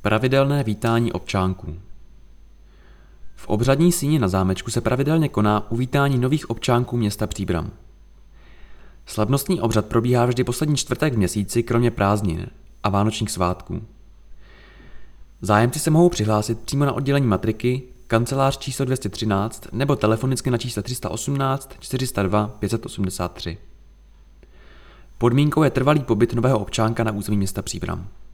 Pravidelné vítání občánků. V obřadní síni na zámečku se pravidelně koná uvítání nových občánků města Příbram. Slavnostní obřad probíhá vždy poslední čtvrtek v měsíci, kromě prázdnin a vánočních svátků. Zájemci se mohou přihlásit přímo na oddělení matriky, kancelář číslo 213 nebo telefonicky na čísle 318 402 583. Podmínkou je trvalý pobyt nového občánka na území města Příbram.